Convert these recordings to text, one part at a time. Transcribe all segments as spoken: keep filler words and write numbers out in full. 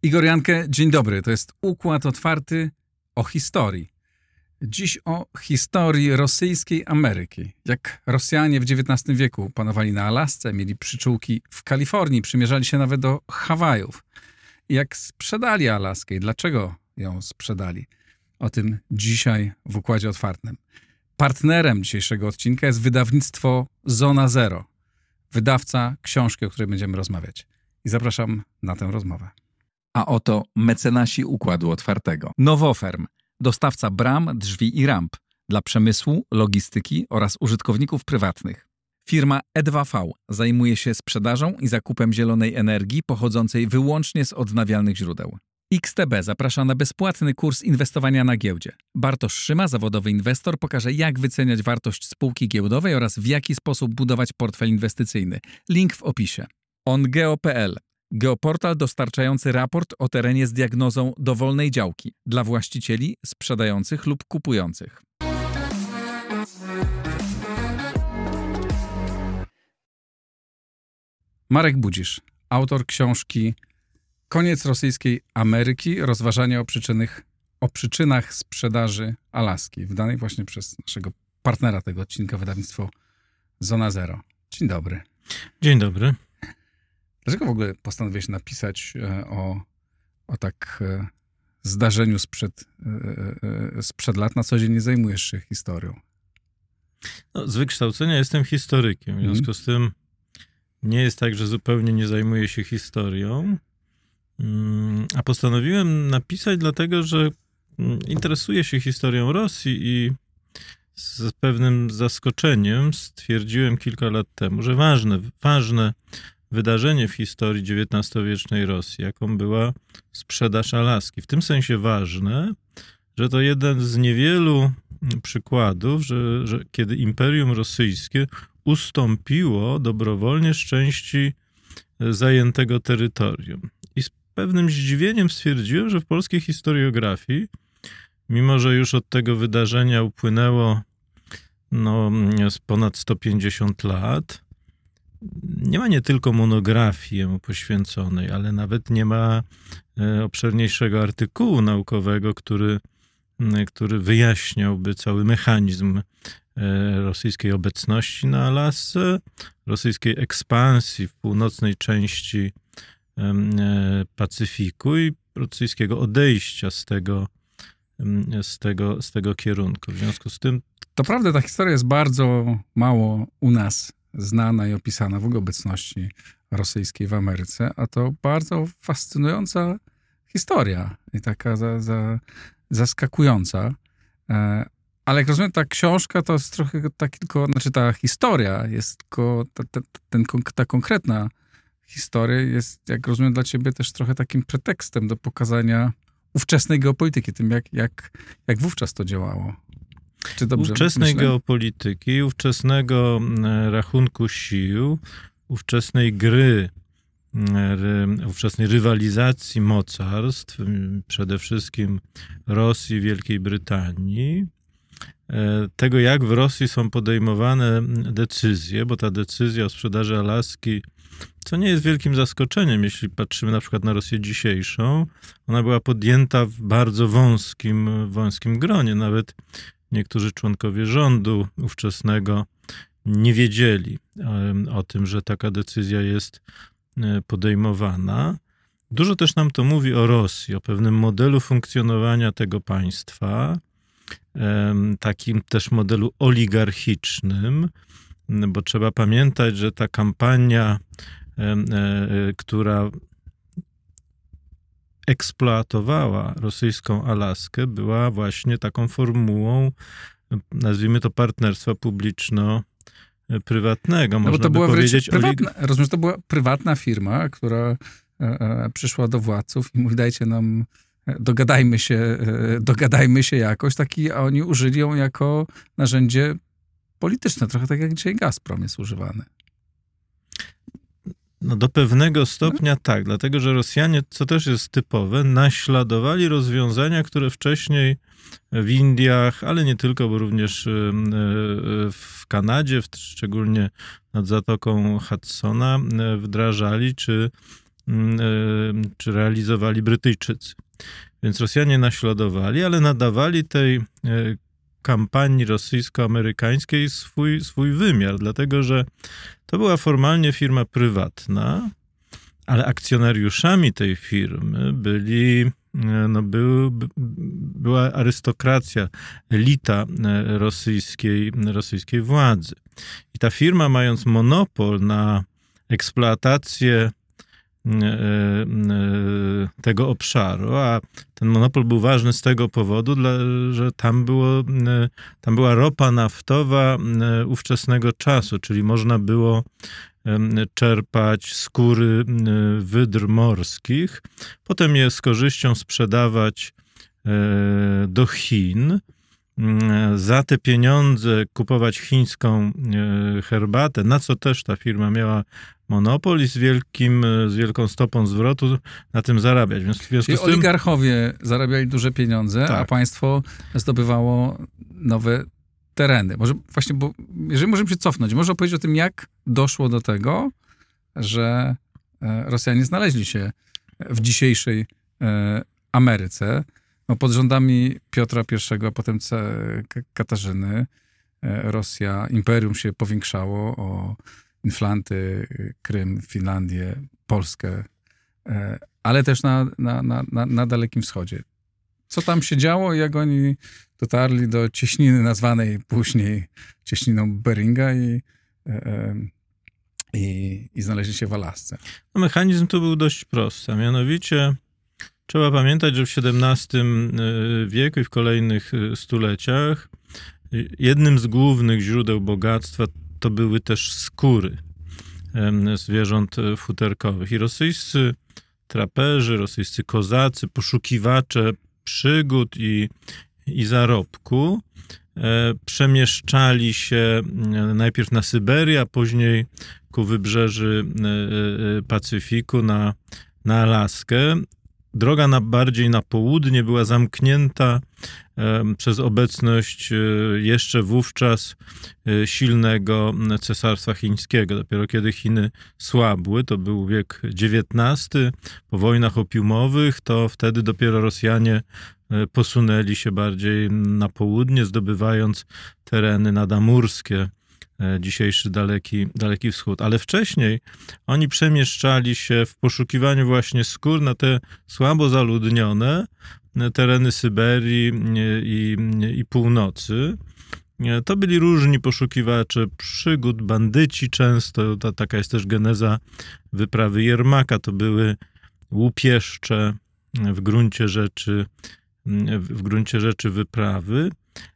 Igor Jankę, dzień dobry. To jest Układ Otwarty o historii. Dziś o historii rosyjskiej Ameryki. Jak Rosjanie w dziewiętnastym wieku panowali na Alasce, mieli przyczółki w Kalifornii, przymierzali się nawet do Hawajów. I jak sprzedali Alaskę i dlaczego ją sprzedali. O tym dzisiaj w Układzie Otwartym. Partnerem dzisiejszego odcinka jest wydawnictwo Zona Zero. Wydawca książki, o której będziemy rozmawiać. I zapraszam na tę rozmowę. A oto mecenasi Układu Otwartego. Nowoferm. Dostawca bram, drzwi i ramp dla przemysłu, logistyki oraz użytkowników prywatnych. Firma E dwa V zajmuje się sprzedażą i zakupem zielonej energii pochodzącej wyłącznie z odnawialnych źródeł. X T B zaprasza na bezpłatny kurs inwestowania na giełdzie. Bartosz Szyma, zawodowy inwestor, pokaże, jak wyceniać wartość spółki giełdowej oraz w jaki sposób budować portfel inwestycyjny. Link w opisie. OnGeo kropka p l. Geoportal dostarczający raport o terenie z diagnozą dowolnej działki dla właścicieli, sprzedających lub kupujących. Marek Budzisz, autor książki Koniec rosyjskiej Ameryki. Rozważania o, przyczynach, o przyczynach sprzedaży Alaski, wydanej właśnie przez naszego partnera tego odcinka, wydawnictwo Zona Zero. Dzień dobry. Dzień dobry. Dlaczego w ogóle postanowiłeś napisać o, o tak e, zdarzeniu sprzed, e, sprzed lat? Na co dzień nie zajmujesz się historią? No, z wykształcenia jestem historykiem. W związku mm. z tym nie jest tak, że zupełnie nie zajmuję się historią. A postanowiłem napisać dlatego, że interesuję się historią Rosji i z pewnym zaskoczeniem stwierdziłem kilka lat temu, że ważne, ważne wydarzenie w historii dziewiętnastowiecznej Rosji, jaką była sprzedaż Alaski. W tym sensie ważne, że to jeden z niewielu przykładów, że, że kiedy Imperium Rosyjskie ustąpiło dobrowolnie z części zajętego terytorium. I z pewnym zdziwieniem stwierdziłem, że w polskiej historiografii, mimo że już od tego wydarzenia upłynęło no, ponad sto pięćdziesiąt lat, nie ma nie tylko monografii jemu poświęconej, ale nawet nie ma obszerniejszego artykułu naukowego, który, który wyjaśniałby cały mechanizm rosyjskiej obecności na Alasce, rosyjskiej ekspansji w północnej części Pacyfiku i rosyjskiego odejścia z tego, z tego, z tego kierunku. W związku z tym... To prawda, ta historia jest bardzo mało u nas znana i opisana w ogóle obecności rosyjskiej w Ameryce, a to bardzo fascynująca historia i taka za, za, zaskakująca. Ale jak rozumiem, ta książka to jest trochę tak tylko, znaczy ta historia jest tylko, ta, ta, ten, ta konkretna historia jest, jak rozumiem, dla ciebie też trochę takim pretekstem do pokazania ówczesnej geopolityki, tym jak, jak, jak wówczas to działało. Czy dobrze ówczesnej myślę? geopolityki, ówczesnego rachunku sił, ówczesnej gry, ówczesnej rywalizacji mocarstw, przede wszystkim Rosji, Wielkiej Brytanii, tego, jak w Rosji są podejmowane decyzje, bo ta decyzja o sprzedaży Alaski, co nie jest wielkim zaskoczeniem, jeśli patrzymy na przykład na Rosję dzisiejszą, ona była podjęta w bardzo wąskim, wąskim gronie. Nawet niektórzy członkowie rządu ówczesnego nie wiedzieli o tym, że taka decyzja jest podejmowana. Dużo też nam to mówi o Rosji, o pewnym modelu funkcjonowania tego państwa, takim też modelu oligarchicznym, bo trzeba pamiętać, że ta kampania, która eksploatowała rosyjską Alaskę, była właśnie taką formułą, nazwijmy to, partnerstwa publiczno-prywatnego. No Można bo to by była powiedzieć, prywatna, olig... rozumiem, że to była prywatna firma, która e, e, przyszła do władców i mówi, dajcie nam, dogadajmy się, e, dogadajmy się jakoś, taki, a oni użyli ją jako narzędzie polityczne, trochę tak jak dzisiaj Gazprom jest używany. No do pewnego stopnia tak, dlatego że Rosjanie, co też jest typowe, naśladowali rozwiązania, które wcześniej w Indiach, ale nie tylko, bo również w Kanadzie, szczególnie nad Zatoką Hudsona, wdrażali, czy czy realizowali Brytyjczycy. Więc Rosjanie naśladowali, ale nadawali tej kampanii rosyjsko-amerykańskiej swój, swój wymiar, dlatego że to była formalnie firma prywatna, ale akcjonariuszami tej firmy byli, no był, była arystokracja, elita rosyjskiej, rosyjskiej władzy. I ta firma, mając monopol na eksploatację tego obszaru, a ten monopol był ważny z tego powodu, że tam, było, tam była ropa naftowa ówczesnego czasu, czyli można było czerpać skóry wydr morskich, potem je z korzyścią sprzedawać do Chin, za te pieniądze kupować chińską herbatę, na co też ta firma miała monopol i z, wielkim, z wielką stopą zwrotu na tym zarabiać. Więc w związku Czyli z tym... oligarchowie zarabiali duże pieniądze, tak, a państwo zdobywało nowe tereny. Może właśnie, bo jeżeli możemy się cofnąć, może opowiedzieć o tym, jak doszło do tego, że Rosjanie znaleźli się w dzisiejszej Ameryce. No, pod rządami Piotra I, a potem Katarzyny, Rosja, imperium się powiększało o Inflanty, Krym, Finlandię, Polskę, ale też na, na, na, na Dalekim Wschodzie. Co tam się działo, jak oni dotarli do cieśniny nazwanej później cieśniną Beringa i, i, i znaleźli się w Alasce? No, mechanizm tu był dość prosty, a mianowicie trzeba pamiętać, że w siedemnastym wieku i w kolejnych stuleciach jednym z głównych źródeł bogactwa to były też skóry zwierząt futerkowych. I rosyjscy traperzy, rosyjscy kozacy, poszukiwacze przygód i, i zarobku przemieszczali się najpierw na Syberię, a później ku wybrzeży Pacyfiku na, na Alaskę. Droga na, bardziej na południe była zamknięta e, przez obecność e, jeszcze wówczas e, silnego cesarstwa chińskiego. Dopiero kiedy Chiny słabły, to był wiek dziewiętnasty, po wojnach opiumowych, to wtedy dopiero Rosjanie e, posunęli się bardziej na południe, zdobywając tereny nadamurskie, dzisiejszy daleki, daleki wschód. Ale wcześniej oni przemieszczali się w poszukiwaniu właśnie skór na te słabo zaludnione tereny Syberii i, i północy. To byli różni poszukiwacze przygód, bandyci często. Ta, taka jest też geneza wyprawy Jermaka. To były łupieszcze w gruncie rzeczy, w gruncie rzeczy wyprawy.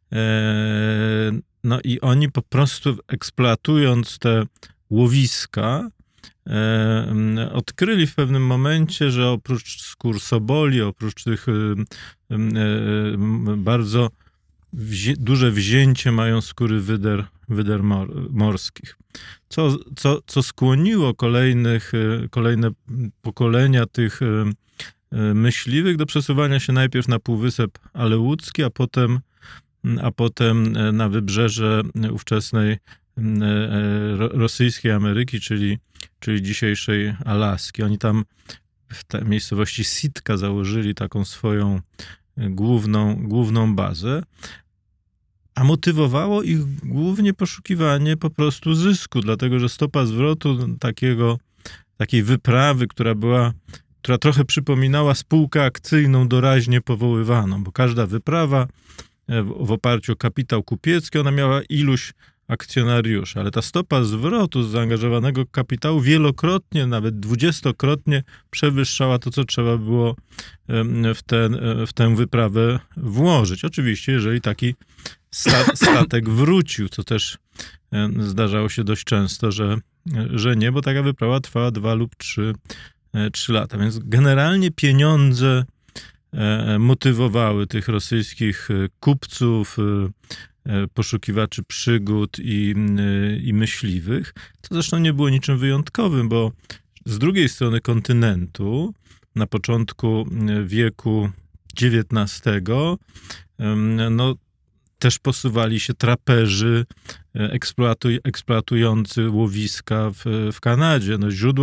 No i oni po prostu eksploatując te łowiska e, odkryli w pewnym momencie, że oprócz skór soboli, oprócz tych e, e, bardzo wzi- duże wzięcie mają skóry wyder, wyder mor- morskich. Co, co, co skłoniło kolejnych, kolejne pokolenia tych e, myśliwych do przesuwania się najpierw na Półwysep Aleucki, a potem a potem na wybrzeże ówczesnej rosyjskiej Ameryki, czyli, czyli dzisiejszej Alaski. Oni tam w tej miejscowości Sitka założyli taką swoją główną, główną bazę, a motywowało ich głównie poszukiwanie po prostu zysku, dlatego że stopa zwrotu takiego, takiej wyprawy, która była która trochę przypominała spółkę akcyjną doraźnie powoływaną, bo każda wyprawa w oparciu o kapitał kupiecki, ona miała iluś akcjonariuszy, ale ta stopa zwrotu z zaangażowanego kapitału wielokrotnie, nawet dwudziestokrotnie przewyższała to, co trzeba było w, ten, w tę wyprawę włożyć. Oczywiście, jeżeli taki sta- statek wrócił, co też zdarzało się dość często, że, że nie, bo taka wyprawa trwała dwa lub trzy, trzy lata. Więc generalnie pieniądze motywowały tych rosyjskich kupców, poszukiwaczy przygód i, i myśliwych, co zresztą nie było niczym wyjątkowym, bo z drugiej strony kontynentu na początku wieku dziewiętnastego no, też posuwali się traperzy eksploatuj, eksploatujący łowiska w, w Kanadzie. No, źródła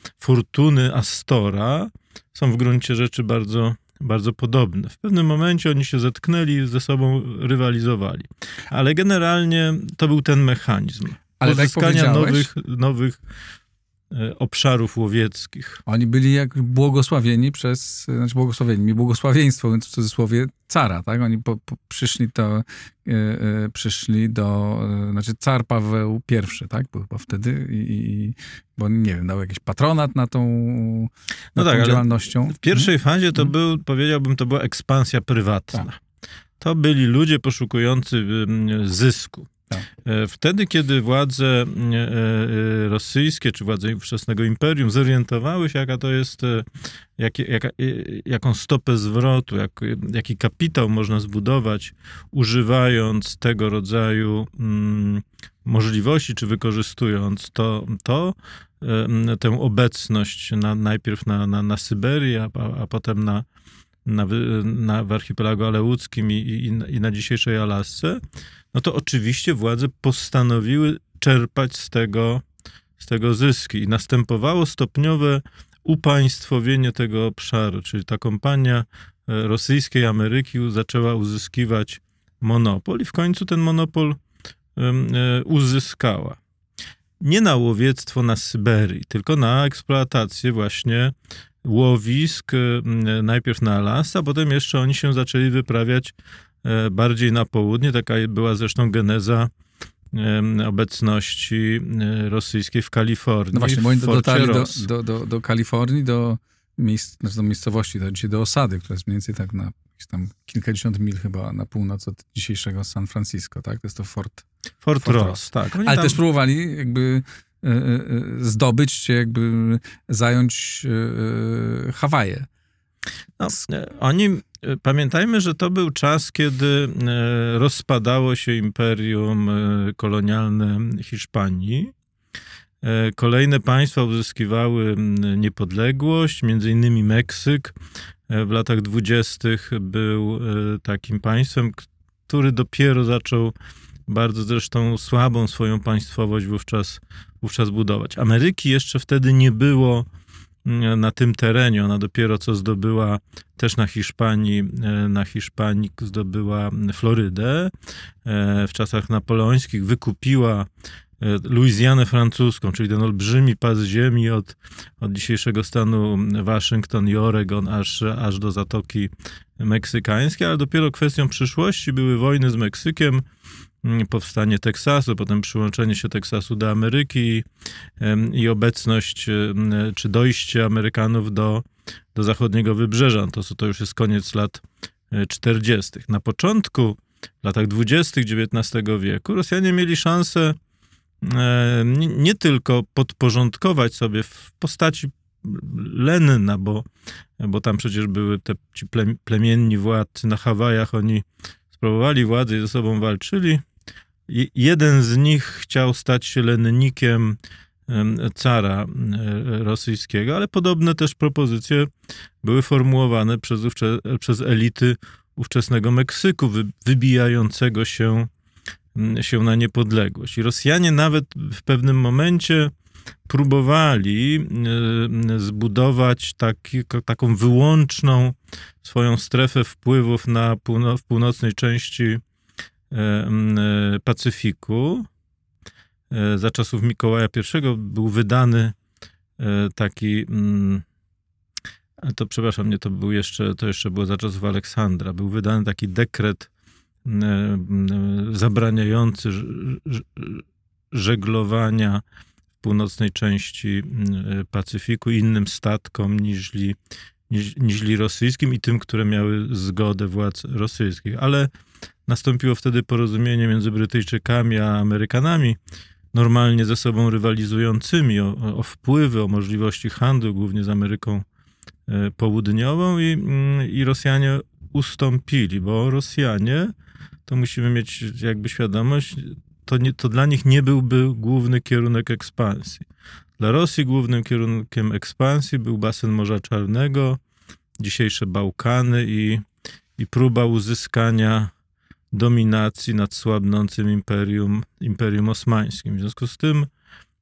fortuny Astora są w gruncie rzeczy bardzo, bardzo podobne. W pewnym momencie oni się zetknęli, ze sobą rywalizowali. Ale generalnie to był ten mechanizm. Ale pozyskania tak nowych, nowych obszarów łowieckich. Oni byli jak błogosławieni przez, znaczy błogosławieni, mi błogosławieństwo, więc w cudzysłowie cara, tak? Oni po, po przyszli, to, e, e, przyszli do, e, znaczy car Paweł I, tak? Był chyba wtedy i, bo nie wiem, dał jakiś patronat na tą, na no tak, tą działalnością. W pierwszej hmm? fazie to hmm? był, powiedziałbym, to była ekspansja prywatna. Tak. To byli ludzie poszukujący zysku. Tak. Wtedy, kiedy władze rosyjskie, czy władze ówczesnego imperium zorientowały się, jaka to jest, jak, jaka, jaką stopę zwrotu, jak, jaki kapitał można zbudować, używając tego rodzaju mm, możliwości, czy wykorzystując to, to tę obecność na, najpierw na, na, na Syberii, a, a potem na, na, na, w archipelagu aleuckim i, i, i na dzisiejszej Alasce, no to oczywiście władze postanowiły czerpać z tego, z tego zyski. I następowało stopniowe upaństwowienie tego obszaru, czyli ta kompania rosyjskiej Ameryki zaczęła uzyskiwać monopol i w końcu ten monopol uzyskała. Nie na łowiectwo na Syberii, tylko na eksploatację właśnie łowisk, najpierw na Alasce, a potem jeszcze oni się zaczęli wyprawiać bardziej na południe. Taka była zresztą geneza obecności rosyjskiej w Kalifornii. No właśnie, bo oni dotarli do, Ross. do, do, do Kalifornii, do, miejsc, znaczy do miejscowości, do, dzisiaj do osady, która jest mniej więcej tak na tam kilkadziesiąt mil chyba na północ od dzisiejszego San Francisco, tak? To jest to Fort, Fort, Fort Ross, Ross. tak. Oni Ale tam... też próbowali jakby y, y, zdobyć, czy jakby zająć y, Hawaje. No, oni, pamiętajmy, że to był czas, kiedy rozpadało się imperium kolonialne Hiszpanii. Kolejne państwa uzyskiwały niepodległość, między innymi Meksyk w latach dwudziestych był takim państwem, który dopiero zaczął bardzo zresztą słabą swoją państwowość wówczas, wówczas budować. Ameryki jeszcze wtedy nie było na tym terenie. Ona dopiero co zdobyła też na Hiszpanii, na Hiszpanii zdobyła Florydę. W czasach napoleońskich wykupiła Luizjanę francuską, czyli ten olbrzymi pas ziemi od, od dzisiejszego stanu Waszyngton i Oregon aż, aż do Zatoki Meksykańskiej, ale dopiero kwestią przyszłości były wojny z Meksykiem, powstanie Teksasu, potem przyłączenie się Teksasu do Ameryki i obecność czy dojście Amerykanów do, do zachodniego wybrzeża. To, to już jest koniec lat czterdziestych. Na początku, w latach dwudziestych dziewiętnastego wieku Rosjanie mieli szansę nie, nie tylko podporządkować sobie w postaci Lenina, bo, bo tam przecież były te ci plemienni władcy na Hawajach, oni sprawowali władzę i ze sobą walczyli. I jeden z nich chciał stać się lennikiem cara rosyjskiego, ale podobne też propozycje były formułowane przez, przez elity ówczesnego Meksyku, wy, wybijającego się, się na niepodległość. I Rosjanie nawet w pewnym momencie próbowali zbudować taki, taką wyłączną swoją strefę wpływów na półno, w północnej części Pacyfiku. Za czasów Mikołaja I był wydany taki, to przepraszam, nie, to był jeszcze, to jeszcze było za czasów Aleksandra, był wydany taki dekret zabraniający żeglowania w północnej części Pacyfiku innym statkom niżli, niż, niżli rosyjskim i tym, które miały zgodę władz rosyjskich. Ale nastąpiło wtedy porozumienie między Brytyjczykami a Amerykanami, normalnie ze sobą rywalizującymi o, o wpływy, o możliwości handlu, głównie z Ameryką Południową i, i Rosjanie ustąpili, bo Rosjanie, to musimy mieć jakby świadomość, to, nie, to dla nich nie byłby główny kierunek ekspansji. Dla Rosji głównym kierunkiem ekspansji był basen Morza Czarnego, dzisiejsze Bałkany i, i próba uzyskania dominacji nad słabnącym imperium, imperium osmańskim. W związku z tym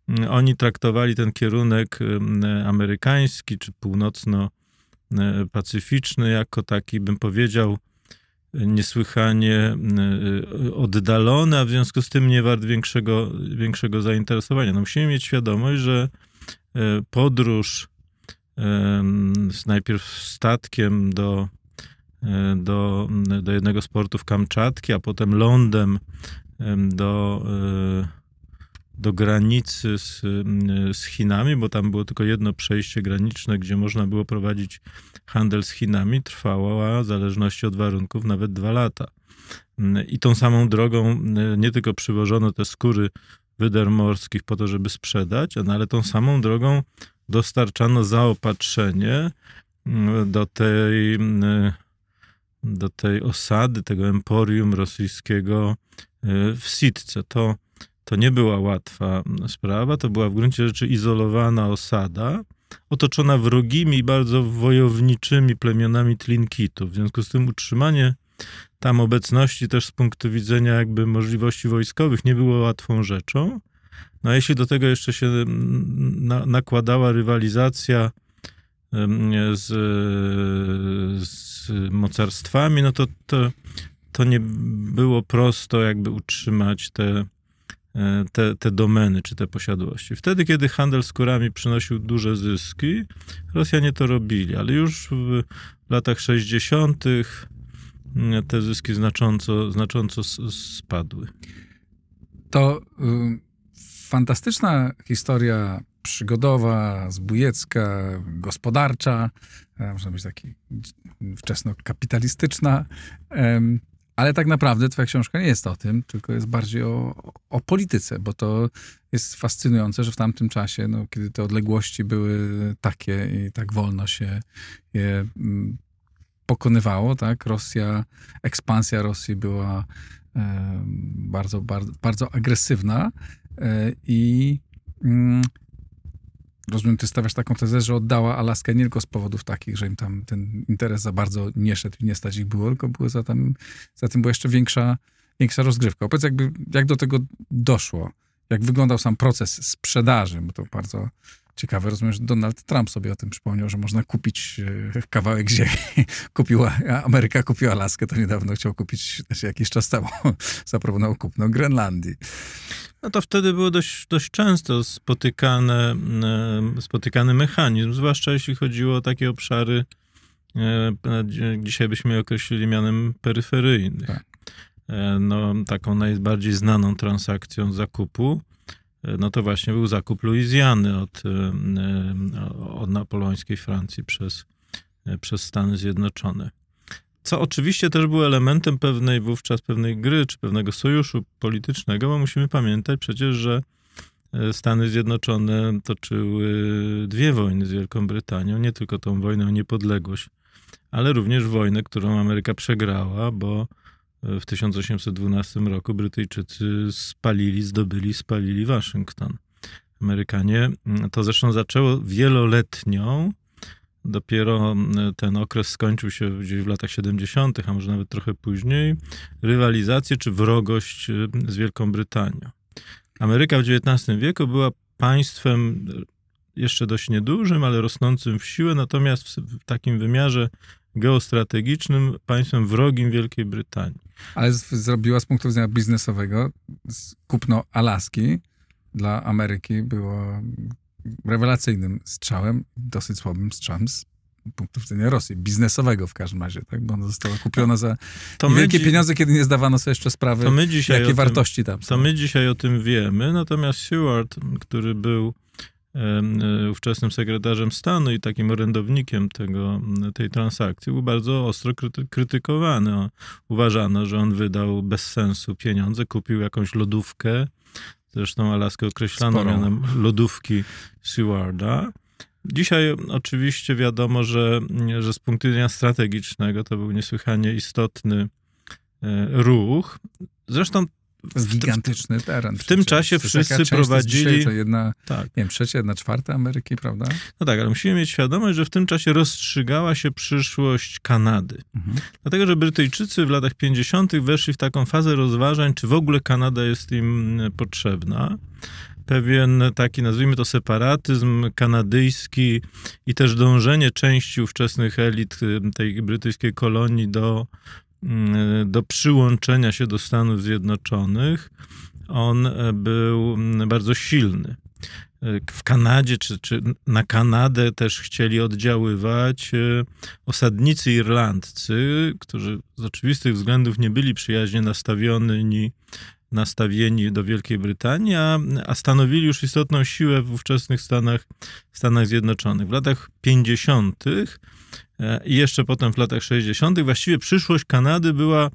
oni traktowali ten kierunek amerykański czy północno-pacyficzny jako taki, bym powiedział, niesłychanie oddalony, a w związku z tym nie wart większego, większego zainteresowania. No musimy mieć świadomość, że podróż z najpierw statkiem do, do, do jednego z portów Kamczatki, a potem lądem do, do granicy z, z Chinami, bo tam było tylko jedno przejście graniczne, gdzie można było prowadzić handel z Chinami, trwała w zależności od warunków nawet dwa lata. I tą samą drogą nie tylko przywożono te skóry wyder morskich po to, żeby sprzedać, no ale tą samą drogą dostarczano zaopatrzenie do tej, do tej osady, tego emporium rosyjskiego w Sitce. To, to nie była łatwa sprawa, to była w gruncie rzeczy izolowana osada, otoczona wrogimi i bardzo wojowniczymi plemionami Tlinkitów. W związku z tym utrzymanie tam obecności też z punktu widzenia jakby możliwości wojskowych nie było łatwą rzeczą. No a jeśli do tego jeszcze się na, nakładała rywalizacja z, z mocarstwami, no to, to, to nie było prosto jakby utrzymać te, te, te domeny czy te posiadłości. Wtedy, kiedy handel skórami przynosił duże zyski, Rosjanie to robili, ale już w latach sześćdziesiątych te zyski znacząco, znacząco spadły. To y, fantastyczna historia przygodowa, zbójecka, gospodarcza, można być taki wczesnokapitalistyczna, em, ale tak naprawdę twoja książka nie jest o tym, tylko jest bardziej o, o polityce, bo to jest fascynujące, że w tamtym czasie, no, kiedy te odległości były takie i tak wolno się je mm, pokonywało, tak? Rosja, ekspansja Rosji była e, bardzo, bardzo, bardzo agresywna e, i mm, rozumiem, ty stawiasz taką tezę, że oddała Alaskę nie tylko z powodów takich, że im tam ten interes za bardzo nie szedł i nie stać ich było, tylko były za, tam, za tym była jeszcze większa, większa rozgrywka. Opowiedz, jakby, jak do tego doszło? Jak wyglądał sam proces sprzedaży? Bo to bardzo ciekawe. Rozumiem, że Donald Trump sobie o tym przypomniał, że można kupić kawałek ziemi. Kupiła, Ameryka kupiła Alaskę, to niedawno chciał kupić, znaczy jakiś czas temu zaproponował kupno Grenlandii. No to wtedy było dość, dość często spotykane, spotykany mechanizm, zwłaszcza jeśli chodziło o takie obszary, dzisiaj byśmy je określili mianem peryferyjnych. Tak. No, taką najbardziej znaną transakcją zakupu, no to właśnie był zakup Luizjany od, od napoleońskiej Francji przez, przez Stany Zjednoczone. Co oczywiście też było elementem pewnej wówczas pewnej gry, czy pewnego sojuszu politycznego, bo musimy pamiętać przecież, że Stany Zjednoczone toczyły dwie wojny z Wielką Brytanią, nie tylko tą wojnę o niepodległość, ale również wojnę, którą Ameryka przegrała, bo w tysiąc osiemset dwunastym roku Brytyjczycy spalili, zdobyli, spalili Waszyngton. Amerykanie, to zresztą zaczęło wieloletnią, dopiero ten okres skończył się gdzieś w latach siedemdziesiątych, a może nawet trochę później, rywalizację czy wrogość z Wielką Brytanią. Ameryka w dziewiętnastym wieku była państwem jeszcze dość niedużym, ale rosnącym w siłę, natomiast w takim wymiarze geostrategicznym państwem wrogim Wielkiej Brytanii. Ale z, zrobiła z punktu widzenia biznesowego kupno Alaski dla Ameryki było rewelacyjnym strzałem, dosyć słabym strzałem z punktu widzenia Rosji, biznesowego w każdym razie, tak? Bo ona została kupiona za to wielkie dzi- pieniądze, kiedy nie zdawano sobie jeszcze sprawy, to my dzisiaj jakie wartości tam są. To my dzisiaj o tym wiemy, natomiast Seward, który był ówczesnym sekretarzem stanu i takim orędownikiem tego, tej transakcji, był bardzo ostro kryty- krytykowany. Uważano, że on wydał bez sensu pieniądze, kupił jakąś lodówkę, zresztą Alaskę określano Sporą. mianem lodówki Sewarda. Dzisiaj oczywiście wiadomo, że, że z punktu widzenia strategicznego to był niesłychanie istotny ruch. Zresztą to jest gigantyczny teren. W tym czasie wszyscy prowadzili... To jedna, tak. nie wiem, trzecia, jedna czwarta Ameryki, prawda? No tak, ale musimy mieć świadomość, że w tym czasie rozstrzygała się przyszłość Kanady. Mhm. Dlatego, że Brytyjczycy w latach pięćdziesiątych weszli w taką fazę rozważań, czy w ogóle Kanada jest im potrzebna. pewien taki, nazwijmy to, separatyzm kanadyjski i też dążenie części ówczesnych elit tej brytyjskiej kolonii do, do przyłączenia się do Stanów Zjednoczonych, on był bardzo silny. W Kanadzie, czy, czy na Kanadę też chcieli oddziaływać osadnicy irlandzcy, którzy z oczywistych względów nie byli przyjaźnie nastawieni, nastawieni do Wielkiej Brytanii, a, a stanowili już istotną siłę w ówczesnych Stanach, Stanach Zjednoczonych. W latach pięćdziesiątych i jeszcze potem w latach sześćdziesiątych właściwie przyszłość Kanady była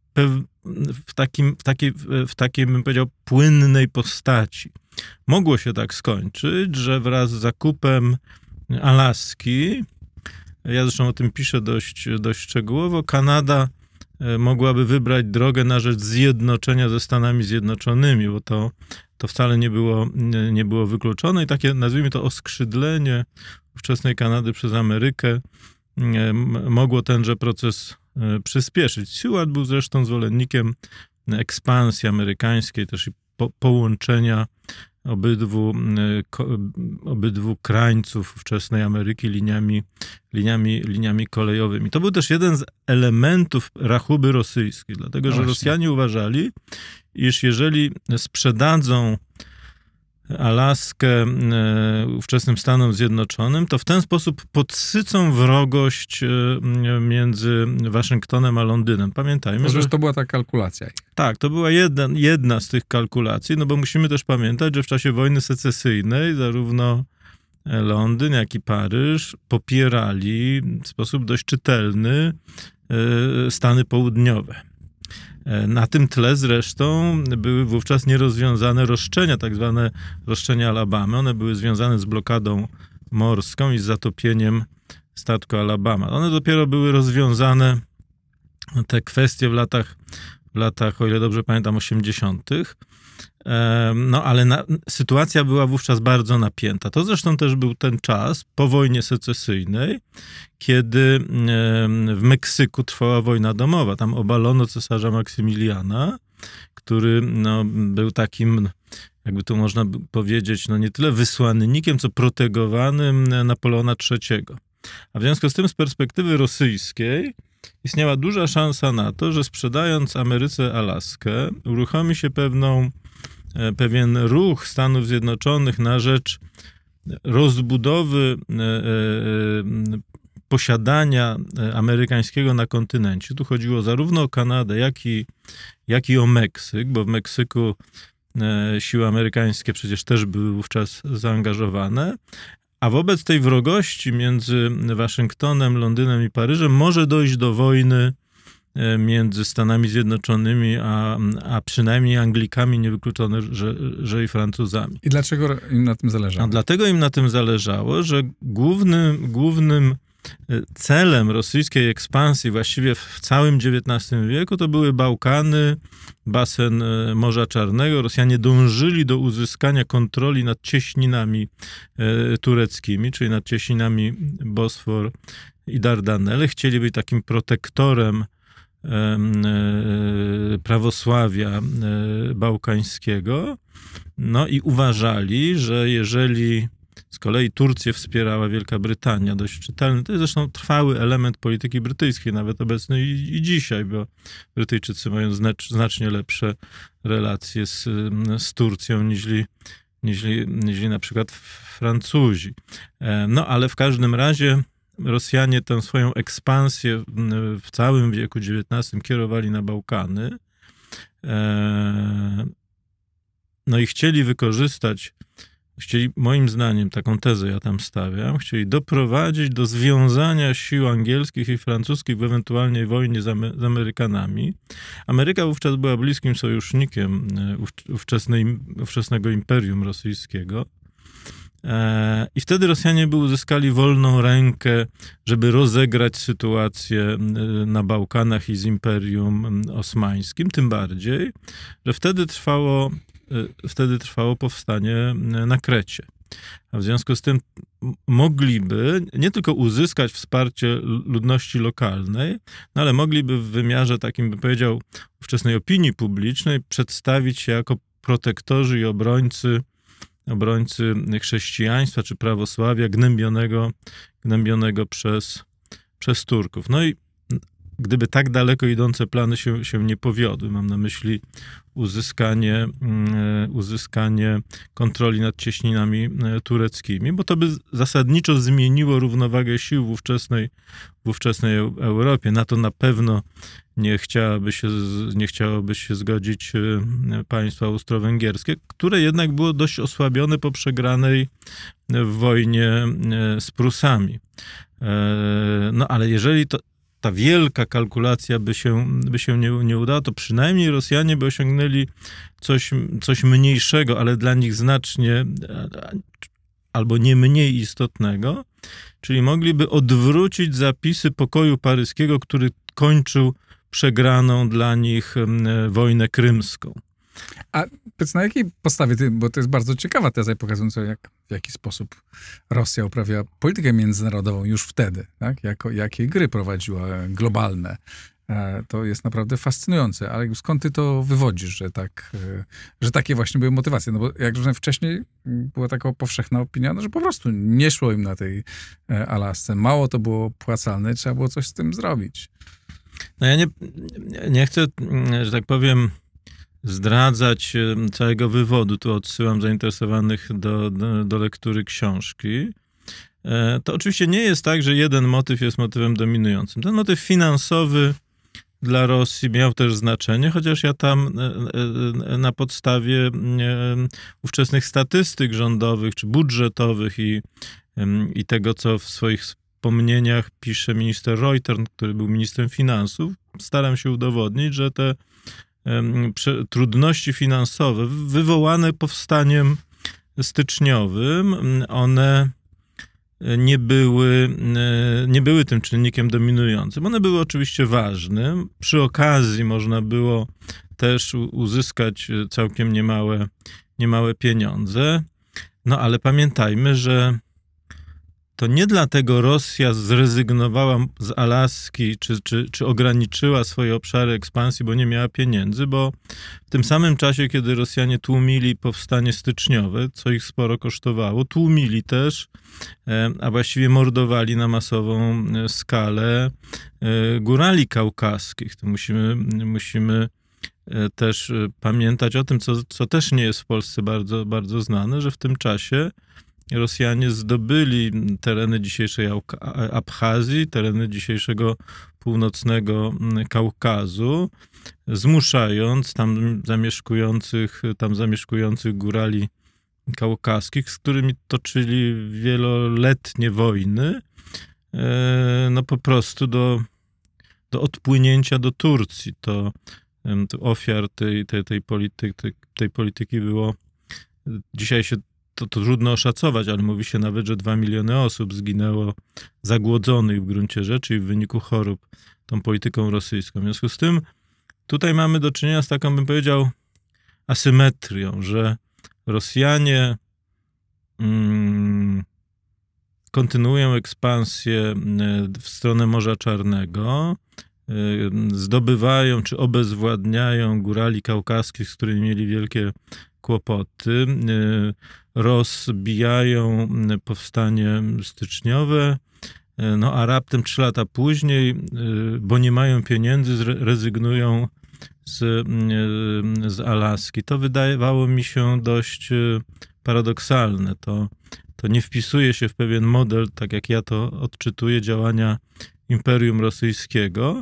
w takim, w takiej, w takiej, bym powiedział, płynnej postaci. Mogło się tak skończyć, że wraz z zakupem Alaski, ja zresztą o tym piszę dość, dość szczegółowo, Kanada mogłaby wybrać drogę na rzecz zjednoczenia ze Stanami Zjednoczonymi, bo to, to wcale nie było, nie, nie było wykluczone i takie, nazwijmy to, oskrzydlenie ówczesnej Kanady przez Amerykę mogło tenże proces przyspieszyć. Seward był zresztą zwolennikiem ekspansji amerykańskiej, też i po, połączenia obydwu, ko, obydwu krańców wczesnej Ameryki liniami, liniami, liniami kolejowymi. To był też jeden z elementów rachuby rosyjskiej, dlatego, że Rosjanie uważali, iż jeżeli sprzedadzą Alaskę ówczesnym Stanom Zjednoczonym, to w ten sposób podsycą wrogość między Waszyngtonem a Londynem. Pamiętajmy, Może, że... że to była ta kalkulacja. Tak, to była jedna, jedna z tych kalkulacji, no bo musimy też pamiętać, że w czasie wojny secesyjnej zarówno Londyn, jak i Paryż popierali w sposób dość czytelny Stany Południowe. Na tym tle zresztą były wówczas nierozwiązane roszczenia, tak zwane roszczenia Alabamy. One były związane z blokadą morską i z zatopieniem statku Alabama. One dopiero były rozwiązane, te kwestie w latach, w latach, o ile dobrze pamiętam, osiemdziesiątych. No ale na, sytuacja była wówczas bardzo napięta. To zresztą też był ten czas po wojnie secesyjnej, kiedy w Meksyku trwała wojna domowa. Tam obalono cesarza Maksymiliana, który no, był takim, jakby tu można powiedzieć, no nie tyle wysłannikiem, co protegowanym Napoleona trzeciego. A w związku z tym z perspektywy rosyjskiej istniała duża szansa na to, że sprzedając Ameryce Alaskę, uruchomi się pewną pewien ruch Stanów Zjednoczonych na rzecz rozbudowy posiadania amerykańskiego na kontynencie. Tu chodziło zarówno o Kanadę, jak i, jak i o Meksyk, bo w Meksyku siły amerykańskie przecież też były wówczas zaangażowane. A wobec tej wrogości między Waszyngtonem, Londynem i Paryżem może dojść do wojny między Stanami Zjednoczonymi, a, a przynajmniej Anglikami, niewykluczone, że, że i Francuzami. I dlaczego im na tym zależało? A dlatego im na tym zależało, że głównym, głównym celem rosyjskiej ekspansji właściwie w całym dziewiętnastym wieku to były Bałkany, basen Morza Czarnego. Rosjanie dążyli do uzyskania kontroli nad cieśninami tureckimi, czyli nad cieśninami Bosfor i Dardanelle. Chcieli być takim protektorem prawosławia bałkańskiego. No i uważali, że jeżeli z kolei Turcję wspierała Wielka Brytania, dość czytelny, to jest zresztą trwały element polityki brytyjskiej, nawet obecny i, i dzisiaj, bo Brytyjczycy mają znacz, znacznie lepsze relacje z, z Turcją niźli, niźli, niźli na przykład Francuzi. No ale w każdym razie Rosjanie tę swoją ekspansję w całym wieku dziewiętnastym kierowali na Bałkany. No i chcieli wykorzystać, chcieli, moim zdaniem, taką tezę ja tam stawiam, chcieli doprowadzić do związania sił angielskich i francuskich w ewentualnej wojnie z, Amery- z Amerykanami. Ameryka wówczas była bliskim sojusznikiem ówczesnej, ówczesnego imperium rosyjskiego. I wtedy Rosjanie by uzyskali wolną rękę, żeby rozegrać sytuację na Bałkanach i z Imperium Osmańskim, tym bardziej, że wtedy trwało, wtedy trwało powstanie na Krecie. A w związku z tym mogliby nie tylko uzyskać wsparcie ludności lokalnej, no ale mogliby w wymiarze takim, bym powiedział, ówczesnej opinii publicznej przedstawić się jako protektorzy i obrońcy obrońcy chrześcijaństwa czy prawosławia gnębionego, gnębionego przez, przez Turków. No i gdyby tak daleko idące plany się, się nie powiodły, mam na myśli uzyskanie, uzyskanie kontroli nad cieśninami tureckimi, bo to by zasadniczo zmieniło równowagę sił w ówczesnej, w ówczesnej Europie. Na to na pewno nie chciałoby się, nie chciałoby się zgodzić państwo austro-węgierskie, które jednak było dość osłabione po przegranej w wojnie z Prusami. No ale jeżeli to ta wielka kalkulacja by się, by się nie, nie udała, to przynajmniej Rosjanie by osiągnęli coś, coś mniejszego, ale dla nich znacznie albo nie mniej istotnego, czyli mogliby odwrócić zapisy pokoju paryskiego, który kończył przegraną dla nich wojnę krymską. A powiedz, na jakiej podstawie, ty, bo to jest bardzo ciekawa teza pokazująca, jak, w jaki sposób Rosja uprawia politykę międzynarodową już wtedy, tak? Jako, jakie gry prowadziła globalne. E, to jest naprawdę fascynujące, ale skąd ty to wywodzisz, że, tak, e, że takie właśnie były motywacje? No bo jak już wcześniej była taka powszechna opinia, no, że po prostu nie szło im na tej e, Alasce. Mało to było płacalne, trzeba było coś z tym zrobić. No ja nie, nie chcę, że tak powiem, zdradzać całego wywodu. Tu odsyłam zainteresowanych do, do, do lektury książki. To oczywiście nie jest tak, że jeden motyw jest motywem dominującym. Ten motyw finansowy dla Rosji miał też znaczenie, chociaż ja tam na podstawie ówczesnych statystyk rządowych czy budżetowych i, i tego, co w swoich wspomnieniach pisze minister Reutern, który był ministrem finansów, staram się udowodnić, że te trudności finansowe wywołane powstaniem styczniowym, one nie były, nie były tym czynnikiem dominującym. One były oczywiście ważnym. Przy okazji można było też uzyskać całkiem niemałe, niemałe pieniądze. No ale pamiętajmy, że to nie dlatego Rosja zrezygnowała z Alaski, czy, czy, czy ograniczyła swoje obszary ekspansji, bo nie miała pieniędzy, bo w tym samym czasie, kiedy Rosjanie tłumili powstanie styczniowe, co ich sporo kosztowało, tłumili też, a właściwie mordowali na masową skalę górali kaukaskich. To musimy, musimy też pamiętać o tym, co, co też nie jest w Polsce bardzo, bardzo znane, że w tym czasie Rosjanie zdobyli tereny dzisiejszej Abchazji, tereny dzisiejszego północnego Kaukazu, zmuszając tam zamieszkujących, tam zamieszkujących górali kaukaskich, z którymi toczyli wieloletnie wojny, no po prostu do, do odpłynięcia do Turcji. To, to ofiar tej, tej, tej, polityki, tej, tej polityki było, dzisiaj się To, to trudno oszacować, ale mówi się nawet, że dwa miliony osób zginęło zagłodzonych w gruncie rzeczy i w wyniku chorób tą polityką rosyjską. W związku z tym tutaj mamy do czynienia z taką, bym powiedział, asymetrią, że Rosjanie mm, kontynuują ekspansję w stronę Morza Czarnego, zdobywają czy obezwładniają górali kaukaskich, z którymi mieli wielkie kłopoty, rozbijają powstanie styczniowe, no a raptem trzy lata później, bo nie mają pieniędzy, rezygnują z, z Alaski. To wydawało mi się dość paradoksalne. To, to nie wpisuje się w pewien model, tak jak ja to odczytuję, działania Imperium Rosyjskiego,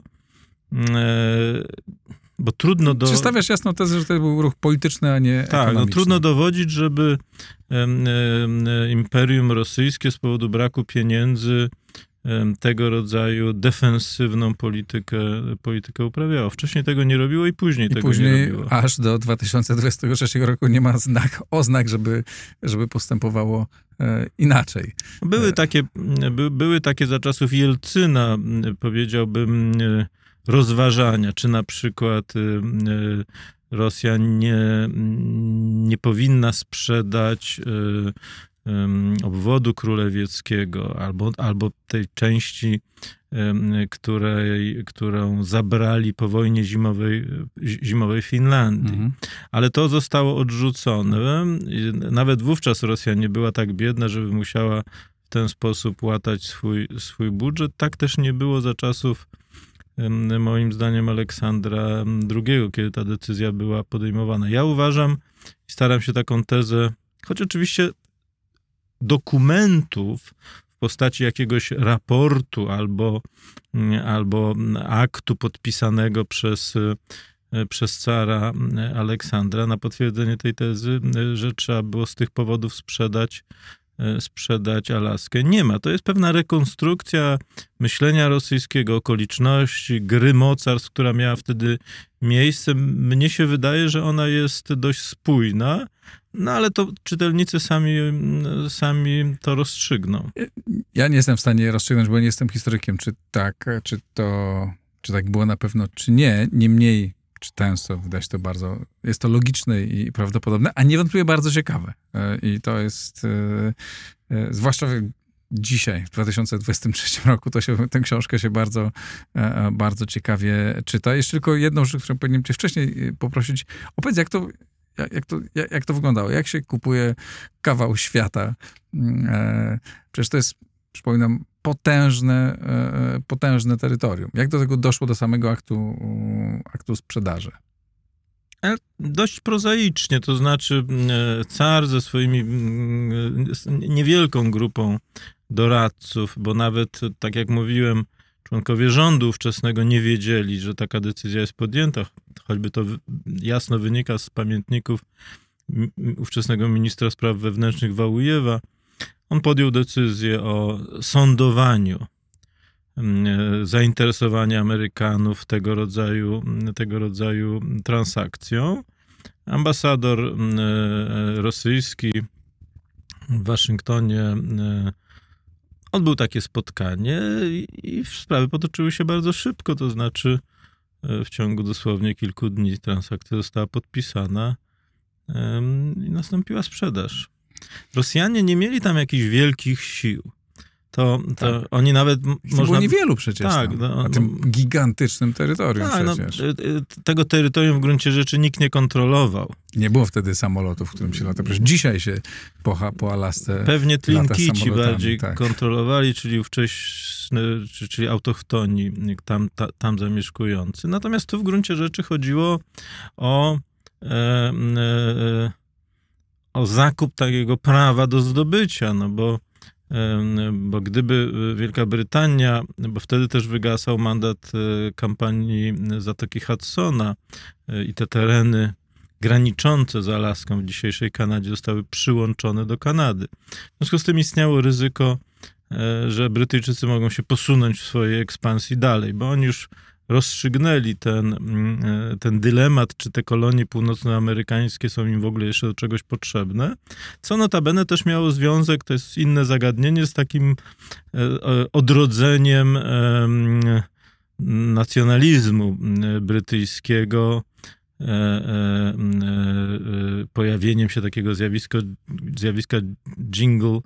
bo trudno do... Czy stawiasz jasną tezę, że to był ruch polityczny, a nie Tak, ekonomiczny? no trudno dowodzić, żeby em, em, Imperium Rosyjskie z powodu braku pieniędzy em, tego rodzaju defensywną politykę, politykę uprawiało. Wcześniej tego nie robiło i później I tego później nie robiło. aż do dwa tysiące dwudziestego trzeciego roku nie ma znak, oznak, żeby, żeby postępowało e, inaczej. Były takie, by, były takie za czasów Jelcyna, powiedziałbym, rozważania, czy na przykład Rosja nie, nie powinna sprzedać obwodu królewieckiego albo, albo tej części której, którą zabrali po wojnie zimowej, zimowej Finlandii. Mhm. Ale to zostało odrzucone. Nawet wówczas Rosja nie była tak biedna, żeby musiała w ten sposób łatać swój, swój budżet. Tak też nie było za czasów, moim zdaniem, Aleksandra drugiego, kiedy ta decyzja była podejmowana. Ja uważam i staram się taką tezę, choć oczywiście dokumentów w postaci jakiegoś raportu albo, albo aktu podpisanego przez, przez cara Aleksandra na potwierdzenie tej tezy, że trzeba było z tych powodów sprzedać sprzedać Alaskę. Nie ma. To jest pewna rekonstrukcja myślenia rosyjskiego, okoliczności, gry mocarstw, która miała wtedy miejsce. Mnie się wydaje, że ona jest dość spójna, no ale to czytelnicy sami, sami to rozstrzygną. Ja nie jestem w stanie rozstrzygnąć, bo nie jestem historykiem, czy tak, czy to, czy tak było na pewno, czy nie. Niemniej czytając to, wydaje się to bardzo, jest to logiczne i prawdopodobne, a niewątpliwie bardzo ciekawe. I to jest, zwłaszcza dzisiaj, w dwa tysiące dwudziestym trzecim roku, to się, tę książkę się bardzo, bardzo ciekawie czyta. Jeszcze tylko jedną rzecz, którą powinienem cię wcześniej poprosić. Opowiedz, jak to, jak to, jak to wyglądało? Jak się kupuje kawał świata? Przecież to jest, przypominam, potężne, potężne terytorium. Jak do tego doszło, do samego aktu, aktu sprzedaży? Dość prozaicznie, to znaczy car ze swoimi niewielką grupą doradców, bo nawet, tak jak mówiłem, członkowie rządu ówczesnego nie wiedzieli, że taka decyzja jest podjęta, choćby to jasno wynika z pamiętników ówczesnego ministra spraw wewnętrznych Wałujewa. On podjął decyzję o sądowaniu zainteresowania Amerykanów tego rodzaju, tego rodzaju transakcją. Ambasador rosyjski w Waszyngtonie odbył takie spotkanie i sprawy potoczyły się bardzo szybko, to znaczy w ciągu dosłownie kilku dni transakcja została podpisana i nastąpiła sprzedaż. Rosjanie nie mieli tam jakichś wielkich sił. To, to tak. Oni nawet... Można... Było niewielu przecież tak, tam, no, na tym gigantycznym terytorium tak, przecież. No, tego terytorium w gruncie rzeczy nikt nie kontrolował. Nie było wtedy samolotów, w którym się lata. Przecież dzisiaj się po, po Alasce pewnie Tlinkici bardziej tak. kontrolowali, czyli ówcześni, czyli autochtoni tam, ta, tam zamieszkujący. Natomiast tu w gruncie rzeczy chodziło o... E, e, o zakup takiego prawa do zdobycia, no bo, bo gdyby Wielka Brytania, bo wtedy też wygasał mandat kampanii Zatoki Hudsona i te tereny graniczące z Alaską w dzisiejszej Kanadzie zostały przyłączone do Kanady. W związku z tym istniało ryzyko, że Brytyjczycy mogą się posunąć w swojej ekspansji dalej, bo oni już rozstrzygnęli ten, ten dylemat, czy te kolonie północnoamerykańskie są im w ogóle jeszcze do czegoś potrzebne, co notabene też miało związek, to jest inne zagadnienie, z takim odrodzeniem nacjonalizmu brytyjskiego, pojawieniem się takiego zjawiska, zjawiska jingle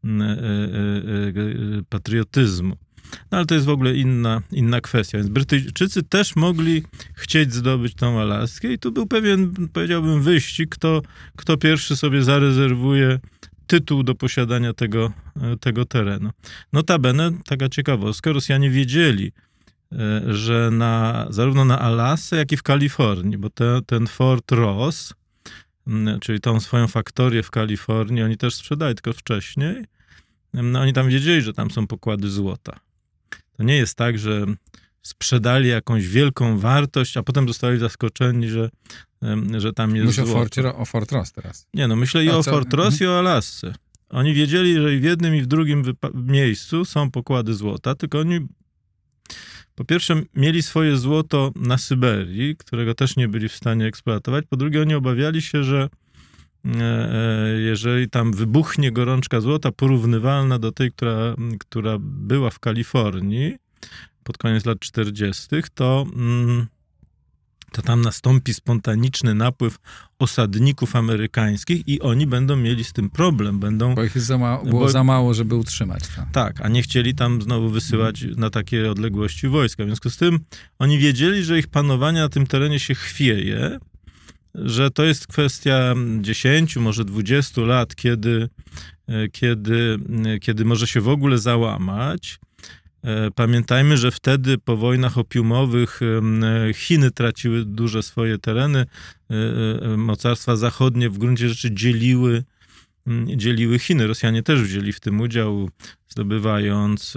patriotyzmu. No ale to jest w ogóle inna, inna kwestia. Więc Brytyjczycy też mogli chcieć zdobyć tą Alaskę i tu był pewien, powiedziałbym, wyścig, kto, kto pierwszy sobie zarezerwuje tytuł do posiadania tego, tego terenu. Notabene, taka ciekawostka, Rosjanie wiedzieli, że na, zarówno na Alasce, jak i w Kalifornii, bo te, ten Fort Ross, czyli tą swoją faktorię w Kalifornii, oni też sprzedali, tylko wcześniej, no oni tam wiedzieli, że tam są pokłady złota. To nie jest tak, że sprzedali jakąś wielką wartość, a potem zostali zaskoczeni, że, że tam jest Myślę złoto. Myślę o Fort Ross teraz. Nie, no myślę i a o co? Fort Ross, mhm. i o Alasce. Oni wiedzieli, że i w jednym, i w drugim miejscu są pokłady złota, tylko oni po pierwsze mieli swoje złoto na Syberii, którego też nie byli w stanie eksploatować. Po drugie, oni obawiali się, że jeżeli tam wybuchnie gorączka złota porównywalna do tej, która, która była w Kalifornii pod koniec lat czterdziestych, to, to tam nastąpi spontaniczny napływ osadników amerykańskich i oni będą mieli z tym problem. Będą, bo ich jest za mało, było bo, za mało, żeby utrzymać to. Tak, a nie chcieli tam znowu wysyłać hmm. na takie odległości wojska. W związku z tym oni wiedzieli, że ich panowanie na tym terenie się chwieje, że to jest kwestia dziesięciu, może dwudziestu lat, kiedy, kiedy, kiedy może się w ogóle załamać. Pamiętajmy, że wtedy po wojnach opiumowych Chiny traciły duże swoje tereny. Mocarstwa zachodnie w gruncie rzeczy dzieliły, dzieliły Chiny. Rosjanie też wzięli w tym udział, zdobywając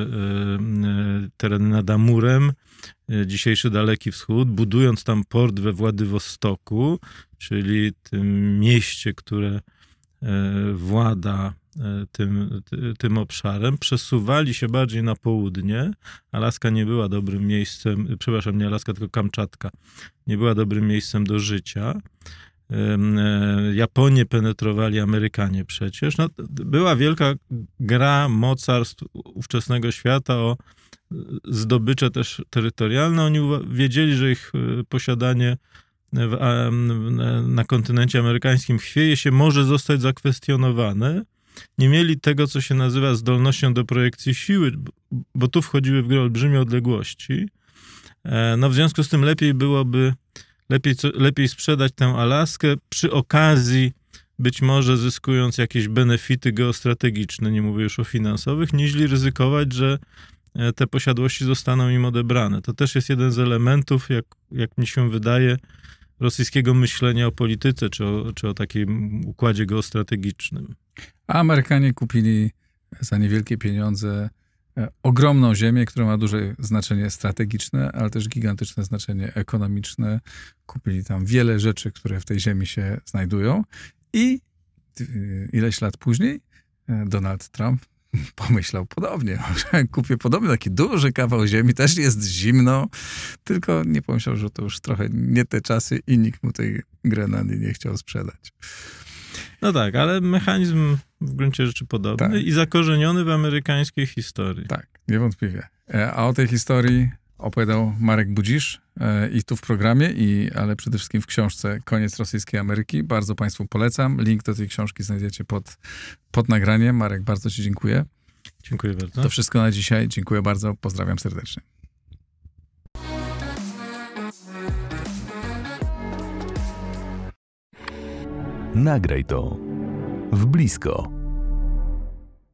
tereny nad Amurem, dzisiejszy Daleki Wschód, budując tam port we Władywostoku, czyli tym mieście, które włada tym, tym obszarem, przesuwali się bardziej na południe. Alaska nie była dobrym miejscem, przepraszam, nie Alaska, tylko Kamczatka, nie była dobrym miejscem do życia. Japonię penetrowali Amerykanie przecież. No, była wielka gra mocarstw ówczesnego świata o zdobycze też terytorialne. Oni wiedzieli, że ich posiadanie w, na kontynencie amerykańskim chwieje się, może zostać zakwestionowane. Nie mieli tego, co się nazywa zdolnością do projekcji siły, bo tu wchodziły w grę olbrzymie odległości. No w związku z tym lepiej byłoby, lepiej, lepiej sprzedać tę Alaskę przy okazji, być może zyskując jakieś benefity geostrategiczne, nie mówię już o finansowych, niźli ryzykować, że te posiadłości zostaną im odebrane. To też jest jeden z elementów, jak, jak mi się wydaje, rosyjskiego myślenia o polityce, czy o, czy o takim układzie geostrategicznym. A Amerykanie kupili za niewielkie pieniądze ogromną ziemię, która ma duże znaczenie strategiczne, ale też gigantyczne znaczenie ekonomiczne. Kupili tam wiele rzeczy, które w tej ziemi się znajdują i ileś lat później Donald Trump pomyślał podobnie, że kupię podobny taki duży kawał ziemi, też jest zimno, tylko nie pomyślał, że to już trochę nie te czasy i nikt mu tej Grenlandii nie chciał sprzedać. No tak, ale mechanizm w gruncie rzeczy podobny tak. i zakorzeniony w amerykańskiej historii. Tak, niewątpliwie. A o tej historii opowiadał Marek Budzisz i tu w programie, i, ale przede wszystkim w książce Koniec rosyjskiej Ameryki. Bardzo Państwu polecam. Link do tej książki znajdziecie pod, pod nagraniem. Marek, bardzo Ci dziękuję. Dziękuję bardzo. To wszystko na dzisiaj. Dziękuję bardzo. Pozdrawiam serdecznie. Nagraj to w blisko.